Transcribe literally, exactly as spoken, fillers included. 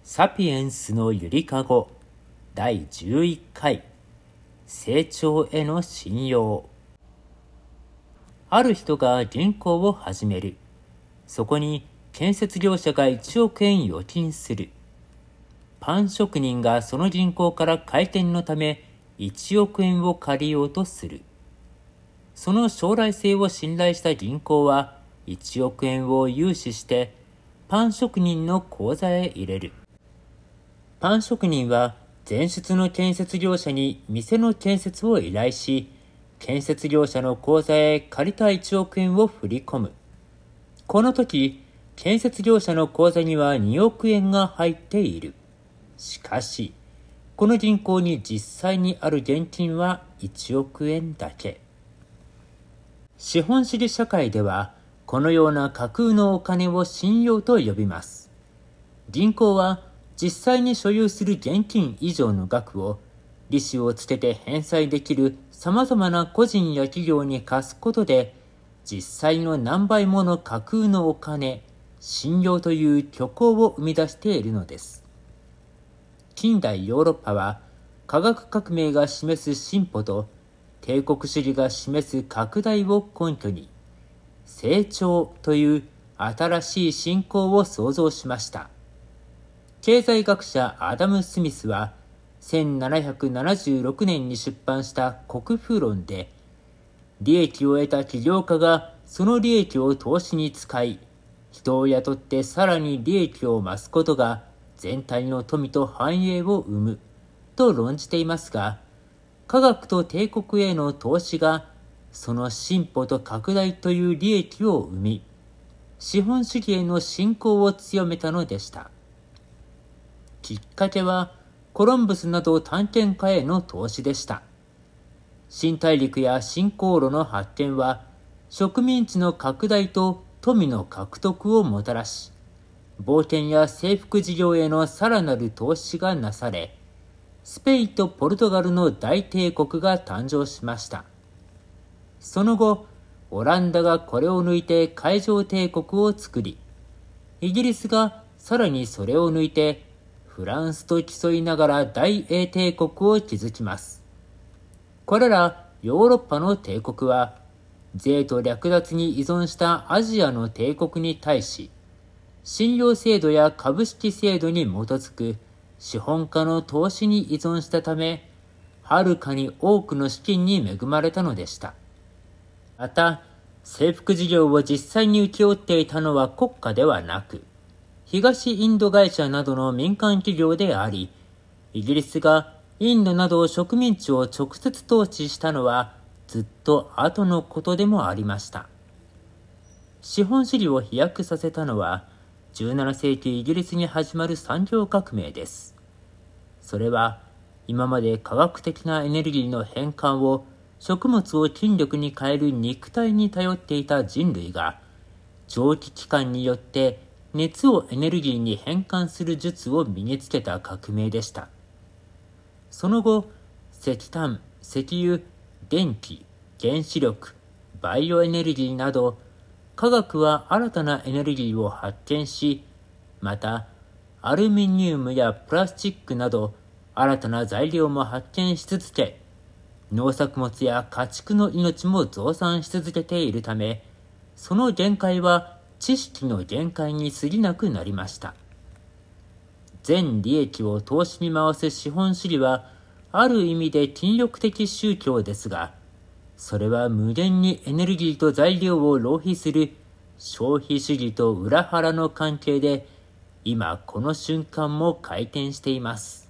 サピエンスのゆりかごだいじゅういっかい成長への信用。ある人が銀行を始める。そこに建設業者がいちおくえん預金する。パン職人がその銀行から開店のためいちおくえんを借りようとする。その将来性を信頼した銀行はいちおくえんを融資してパン職人の口座へ入れる。パン職人は前述の建設業者に店の建設を依頼し、建設業者の口座へ借りたいちおくえんを振り込む。この時、建設業者の口座にはにおくえんが入っている。しかし、この銀行に実際にある現金はいちおくえんだけ。資本主義社会では、このような架空のお金を信用と呼びます。銀行は実際に所有する現金以上の額を利子をつけて返済できる様々な個人や企業に貸すことで、実際の何倍もの架空のお金、信用という虚構を生み出しているのです。近代ヨーロッパは科学革命が示す進歩と帝国主義が示す拡大を根拠に、成長という新しい信仰を創造しました。経済学者アダム・スミスはせんななひゃくななじゅうろくねんに出版した国富論で、利益を得た起業家がその利益を投資に使い、人を雇ってさらに利益を増すことが全体の富と繁栄を生むと論じていますが、科学と帝国への投資がその進歩と拡大という利益を生み、資本主義への信仰を強めたのでした。きっかけはコロンブスなど探検家への投資でした。新大陸や新航路の発見は植民地の拡大と富の獲得をもたらし、冒険や征服事業へのさらなる投資がなされ、スペインとポルトガルの大帝国が誕生しました。その後、オランダがこれを抜いて海上帝国を作り、イギリスがさらにそれを抜いてフランスと競いながら大英帝国を築きます。これらヨーロッパの帝国は、税と略奪に依存したアジアの帝国に対し、信用制度や株式制度に基づく資本家の投資に依存したため、はるかに多くの資金に恵まれたのでした。また、征服事業を実際に請け負っていたのは国家ではなく、東インド会社などの民間企業であり、イギリスがインドなど植民地を直接統治したのはずっと後のことでもありました。資本主義を飛躍させたのはじゅうななせいきイギリスに始まる産業革命です。それは今まで科学的なエネルギーの変換を食物を筋力に変える肉体に頼っていた人類が、蒸気機関によって熱をエネルギーに変換する術を身につけた革命でした。その後、石炭、石油、電気、原子力、バイオエネルギーなど、科学は新たなエネルギーを発見し、また、アルミニウムやプラスチックなど、新たな材料も発見し続け、農作物や家畜の命も増産し続けているため、その限界は知識の限界に過ぎなくなりました。全利益を投資に回す資本主義は、ある意味で禁欲的宗教ですが、それは無限にエネルギーと材料を浪費する消費主義と裏腹の関係で、今この瞬間も回転しています。